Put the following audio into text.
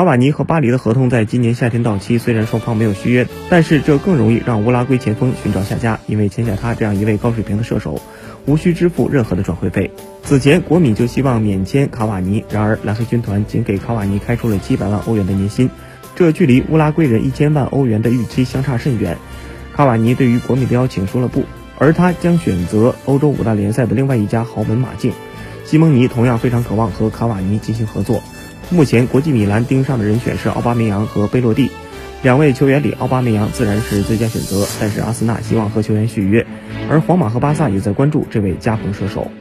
卡瓦尼和巴黎的合同在今年夏天到期，虽然双方没有续约，但是这更容易让乌拉圭前锋寻找下家，因为签下他这样一位高水平的射手，无需支付任何的转会费。此前国米就希望免签卡瓦尼，然而蓝黑军团仅给卡瓦尼开出了700万欧元的年薪，这距离乌拉圭人1000万欧元的预期相差甚远。卡瓦尼对于国米的邀请说了不，而他将选择欧洲5大联赛的另外一家豪门马竞。西蒙尼同样非常渴望和卡瓦尼进行合作。目前国际米兰盯上的人选是奥巴梅扬和贝洛蒂，两位球员里奥巴梅扬自然是最佳选择，但是阿森纳希望和球员续约，而皇马和巴萨也在关注这位加蓬射手。